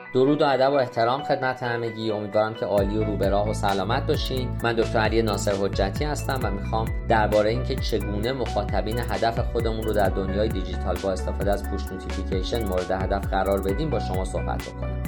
درود و ادب و احترام خدمت همگی. امیدوارم که عالی و رو به راه و سلامت باشین. من دکتر علی ناصر حجتی هستم و میخوام درباره اینکه چگونه مخاطبین هدف خودمون رو در دنیای دیجیتال با استفاده از پوش نوتیفیکیشن مورد هدف قرار بدیم با شما صحبت بکنم.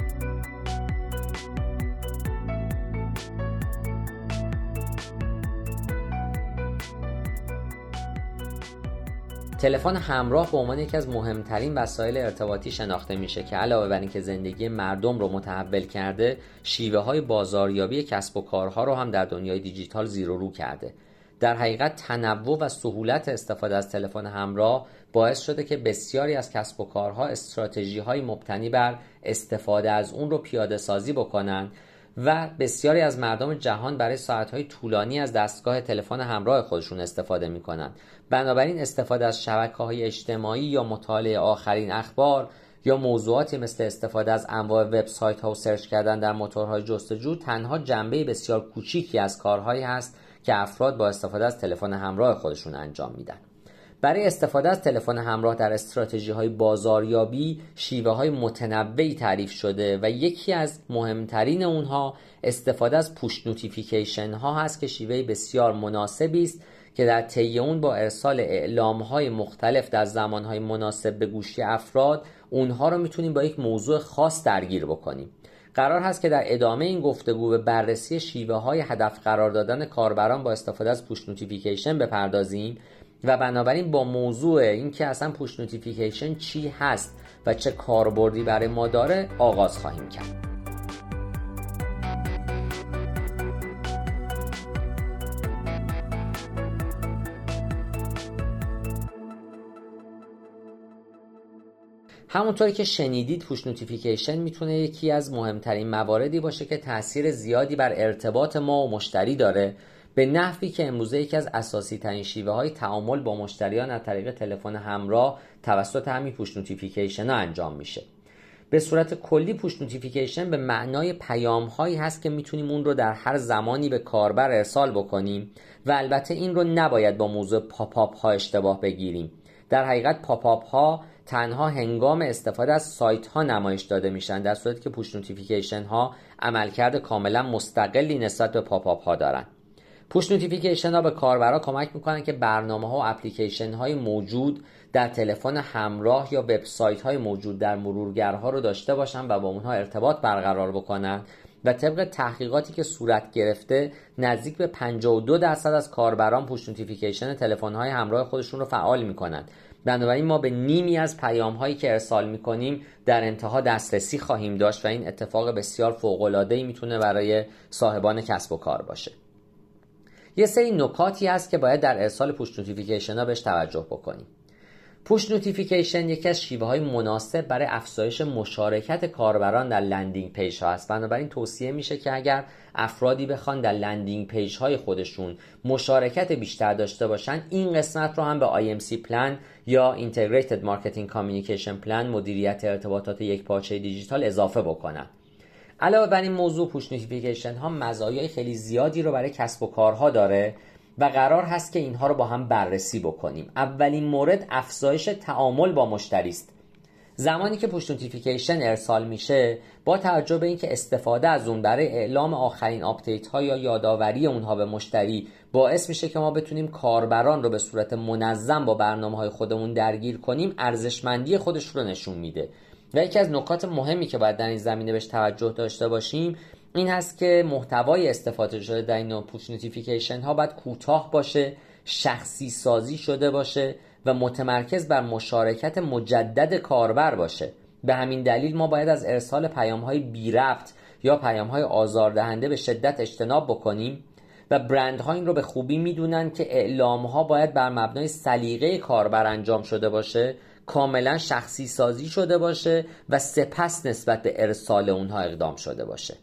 تلفن همراه به عنوان یکی از مهمترین وسایل ارتباطی شناخته میشه که علاوه بر اینکه زندگی مردم رو متحول کرده، شیوه‌های بازاریابی کسب و کارها رو هم در دنیای دیجیتال زیر و رو کرده. در حقیقت تنوع و سهولت استفاده از تلفن همراه باعث شده که بسیاری از کسب و کارها استراتژی‌های مبتنی بر استفاده از اون رو پیاده سازی بکنن و بسیاری از مردم جهان برای ساعت‌های طولانی از دستگاه تلفن همراه خودشون استفاده می‌کنن. بنابراین استفاده از شبکه‌های اجتماعی یا مطالعه آخرین اخبار یا موضوعاتی مثل استفاده از انواع وبسایت‌ها و سرچ کردن در موتورهای جستجو تنها جنبه بسیار کوچیکی از کارهایی هست که افراد با استفاده از تلفن همراه خودشون انجام میدن. برای استفاده از تلفن همراه در استراتژی‌های بازاریابی شیوه‌های متنوعی تعریف شده و یکی از مهمترین اونها استفاده از پوش نوتیفیکیشن ها هست که شیوه بسیار مناسبی است که در طی اون با ارسال اعلام‌های مختلف در زمان‌های مناسب به گوشی افراد اونها رو میتونیم با یک موضوع خاص درگیر بکنیم. قرار هست که در ادامه این گفتگو به بررسی شیوه‌های هدف قرار دادن کاربران با استفاده از پوش نوتیفیکیشن بپردازیم و بنابراین با موضوع اینکه اصلا پوش نوتیفیکیشن چی هست و چه کاربردی برای ما داره آغاز خواهیم کرد. همونطوری که شنیدید پوش نوتیفیکیشن میتونه یکی از مهمترین مواردی باشه که تأثیر زیادی بر ارتباط ما و مشتری داره، به نحوی که امروزه یکی از اساسی ترین شیوه های تعامل با مشتریان از طریق تلفن همراه توسط همین پوش نوتیفیکیشن ها انجام میشه. به صورت کلی پوش نوتیفیکیشن به معنای پیام هایی هست که میتونیم اون رو در هر زمانی به کاربر ارسال بکنیم و البته این رو نباید با موضوع پاپ آپ ها اشتباه بگیریم. در حقیقت پاپ آپ ها تنها هنگام استفاده از سایت ها نمایش داده میشن، در صورتی که پوش نوتیفیکیشن ها عملکرد کاملا مستقلی نسبت به پاپ آپ ها دارن. پوش نوتیفیکیشن ها به کاربرا کمک میکنن که برنامه ها و اپلیکیشن های موجود در تلفن همراه یا وبسایت های موجود در مرورگرها رو داشته باشن و با اونها ارتباط برقرار بکنن و طبق تحقیقاتی که صورت گرفته نزدیک به 52% از کاربران پوش نوتیفیکیشن تلفن های همراه خودشون رو فعال میکنن. بنابراین ما به نیمی از پیام هایی که ارسال میکنیم در انتها دسترسی خواهیم داشت و این اتفاق بسیار فوق العاده میتونه برای صاحبان کسب و کار باشه. یه سری نکاتی هست که باید در ارسال پوش نوتیفیکیشن ها بهش توجه بکنیم. پوش نوتیفیکیشن یکی از شیوه‌های مناسب برای افزایش مشارکت کاربران در لندینگ پیج ها است. بنابراین توصیه میشه که اگر افرادی بخوان در لندینگ پیج های خودشون مشارکت بیشتر داشته باشن، این قسمت رو هم به IMC پلان یا Integrated Marketing Communication Plan مدیریت ارتباطات یکپارچه دیجیتال اضافه بکنن. علاوه بر این موضوع پوش نوتیفیکیشن ها مزایای خیلی زیادی رو برای کسب و کارها داره و قرار هست که اینها رو با هم بررسی بکنیم. اولین مورد افزایش تعامل با مشتری است. زمانی که پوش نوتیفیکیشن ارسال میشه، با توجه به اینکه استفاده از اون برای اعلام آخرین آپدیت ها یا یادآوری اونها به مشتری باعث میشه که ما بتونیم کاربران رو به صورت منظم با برنامه‌های خودمون درگیر کنیم، ارزشمندی خودش رو نشون میده. و یکی از نکات مهمی که باید در این زمینه بهش توجه داشته باشیم این هست که محتوای استفاده شده در این نوع پوش نوتیفیکیشن ها باید کوتاه باشه، شخصی سازی شده باشه و متمرکز بر مشارکت مجدد کاربر باشه. به همین دلیل ما باید از ارسال پیام های بی ربط یا پیام های آزاردهنده به شدت اجتناب بکنیم و برندها این رو به خوبی میدونن که اعلام ها باید بر مبنای سلیقه کاربر انجام شده باشه، کاملا شخصی سازی شده باشه و سپس نسبت به ارسال اونها اقدام شده باشه.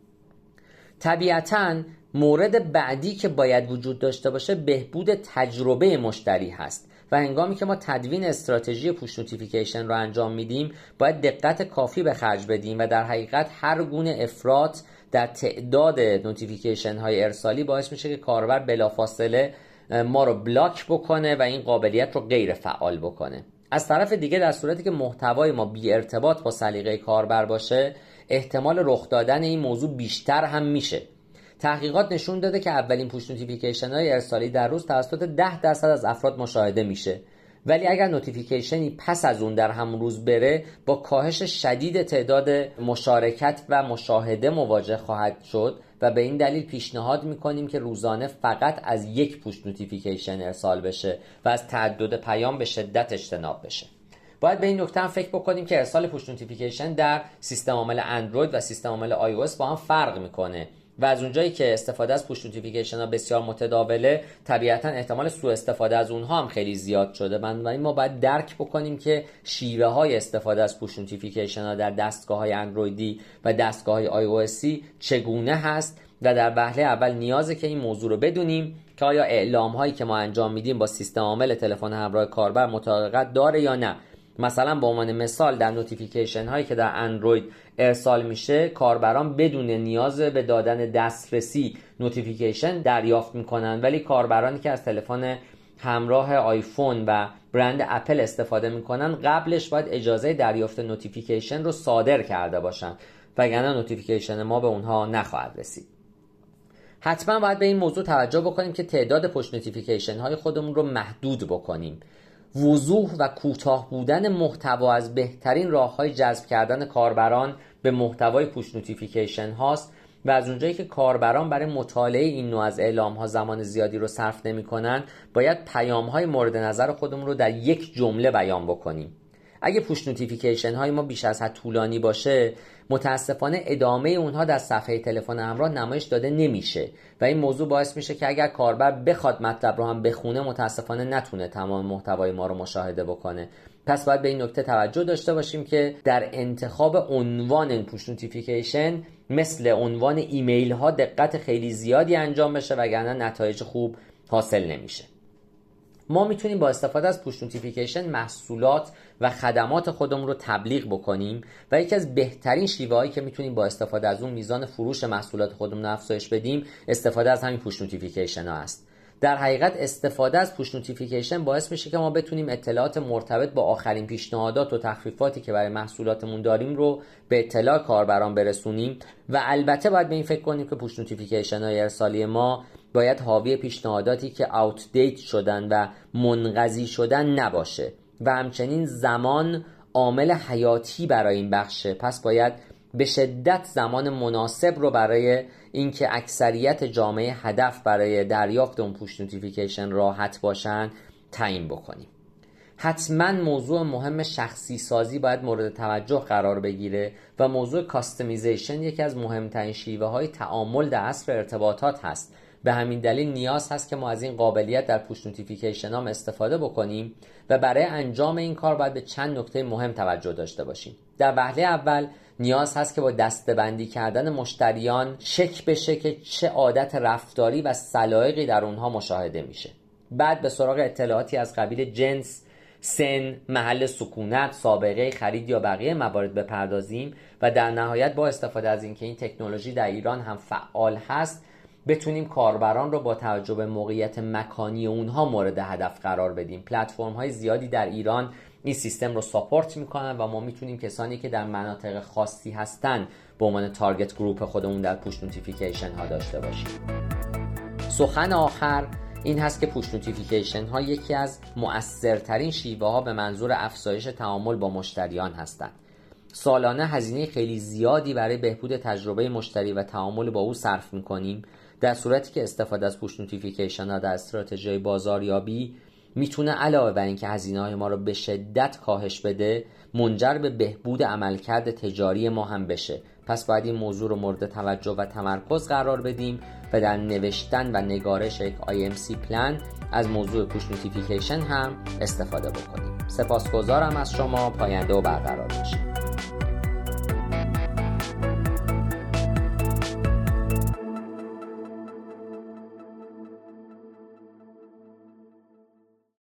طبیعتاً مورد بعدی که باید وجود داشته باشه بهبود تجربه مشتری هست و هنگامی که ما تدوین استراتژی پوش نوتیفیکیشن رو انجام میدیم باید دقت کافی به خرج بدیم و در حقیقت هر گونه افراط در تعداد نوتیفیکیشن های ارسالی باعث میشه که کاربر بلافاصله ما رو بلاک بکنه و این قابلیت رو غیر فعال بکنه. از طرف دیگه در صورتی که محتوای ما بی ارتباط با سلیقه کاربر باشه، احتمال رخ دادن این موضوع بیشتر هم میشه. تحقیقات نشون داده که اولین پوش نوتیفیکیشن های ارسالی در روز توسط 10% از افراد مشاهده میشه، ولی اگر نوتیفیکیشنی پس از اون در همون روز بره با کاهش شدید تعداد مشارکت و مشاهده مواجه خواهد شد و به این دلیل پیشنهاد میکنیم که روزانه فقط از یک پوش نوتیفیکیشن ارسال بشه و از تعدد پیام به شدت اجتناب بشه. باید به این نکته هم فکر بکنیم که ارسال پوش نوتیفیکیشن در سیستم عامل اندروید و سیستم عامل iOS با هم فرق میکنه و از اونجایی که استفاده از پوش نوتیفیکیشن ها بسیار متداوله، طبیعتا احتمال سوء استفاده از اونها هم خیلی زیاد شده. بنابراین ما باید درک بکنیم که شیوه های استفاده از پوش نوتیفیکیشن ها در دستگاه های اندرویدی و دستگاه های iOS چگونه هست و در وهله اول نیازه که این موضوع رو بدونیم که آیا اعلام هایی که ما انجام میدیم با سیستم عامل تلفن همراه کاربر مطابقت داره یا نه. مثلا به عنوان مثال در نوتیفیکیشن هایی که در اندروید ارسال میشه، کاربران بدون نیاز به دادن دسترسی نوتیفیکیشن دریافت میکنن، ولی کاربرانی که از تلفن همراه آیفون و برند اپل استفاده میکنن قبلش باید اجازه دریافت نوتیفیکیشن رو صادر کرده باشن، وگرنه نوتیفیکیشن ما به اونها نخواهد رسید. حتما باید به این موضوع توجه بکنیم که تعداد پوش نوتیفیکیشن های خودمون رو محدود بکنیم. وضوح و کوتاه بودن محتوا از بهترین راه‌های جذب کردن کاربران به محتوای پوش نوتیفیکیشن هاست و از اونجایی که کاربران برای مطالعه این نوع از اعلام‌ها زمان زیادی رو صرف نمی‌کنن، باید پیام‌های مورد نظر خودمون رو در یک جمله بیان بکنیم. اگه پوش نوتیفیکیشن های ما بیش از حد طولانی باشه، متاسفانه ادامه اونها در صفحه تلفن همراه نمایش داده نمیشه و این موضوع باعث میشه که اگر کاربر بخواد مطلب رو هم بخونه، متاسفانه نتونه تمام محتوای ما رو مشاهده بکنه. پس باید به این نکته توجه داشته باشیم که در انتخاب عنوان این پوش نوتیفیکیشن مثل عنوان ایمیل ها دقت خیلی زیادی انجام بشه، وگرنه نتایج خوب حاصل نمیشه. ما میتونیم با استفاده از پوش نوتیفیکیشن محصولات و خدمات خودمون رو تبلیغ بکنیم و یکی از بهترین شیوه‌هایی که میتونیم با استفاده از اون میزان فروش محصولات خودمون رو افزایش بدیم، استفاده از همین پوش نوتیفیکیشن ها است. در حقیقت استفاده از پوش نوتیفیکیشن باعث میشه که ما بتونیم اطلاعات مرتبط با آخرین پیشنهادات و تخفیفاتی که برای محصولاتمون داریم رو به اطلاع کاربران برسونیم و البته باید به این فکر کنیم که پوش نوتیفیکیشن های ارسالی ما باید حاوی پیشنهاداتی که اوت دیت شدن و منقضی شدن نباشه و همچنین زمان عامل حیاتی برای این بخشه. پس باید به شدت زمان مناسب رو برای اینکه اکثریت جامعه هدف برای دریافت اون پوش نوتیفیکیشن راحت باشن تعیین بکنیم. حتما موضوع مهم شخصی سازی باید مورد توجه قرار بگیره و موضوع کاستمیزیشن یکی از مهمترین شیوه های تعامل در عصر ارتباطات هست. به همین دلیل نیاز هست که ما از این قابلیت در پوش نوتیفیکیشن هم استفاده بکنیم و برای انجام این کار باید به چند نکته مهم توجه داشته باشیم. در وهله اول نیاز هست که با دسته‌بندی کردن مشتریان شک بشه که چه عادت رفتاری و سلایقی در اونها مشاهده میشه. بعد به سراغ اطلاعاتی از قبیل جنس، سن، محل سکونت، سابقه خرید یا بقیه موارد بپردازیم و در نهایت با استفاده از اینکه این تکنولوژی در ایران هم فعال هست، بتونیم کاربران رو با توجه به موقعیت مکانی اونها مورد هدف قرار بدیم. پلتفرم های زیادی در ایران این سیستم رو ساپورت میکنن و ما میتونیم کسانی که در مناطق خاصی هستن به عنوان تارگت گروپ خودمون در پوش نوتیفیکیشن ها داشته باشیم. سخن آخر این هست که پوش نوتیفیکیشن ها یکی از مؤثرترین شیوه ها به منظور افزایش تعامل با مشتریان هستند. سالانه هزینه خیلی زیادی برای بهبود تجربه مشتری و تعامل با او صرف میکنیم، در صورتی که استفاده از پوش نوتیفیکیشن ها در استراتژی بازاریابی میتونه علاوه بر اینکه هزینه‌های ما رو به شدت کاهش بده، منجر به بهبود عملکرد تجاری ما هم بشه. پس باید این موضوع رو مورد توجه و تمرکز قرار بدیم و در نوشتن و نگارش یک IMC پلان از موضوع پوش نوتیفیکیشن هم استفاده بکنیم. سپاسگزارم از شما. پاینده و برقرار باشید.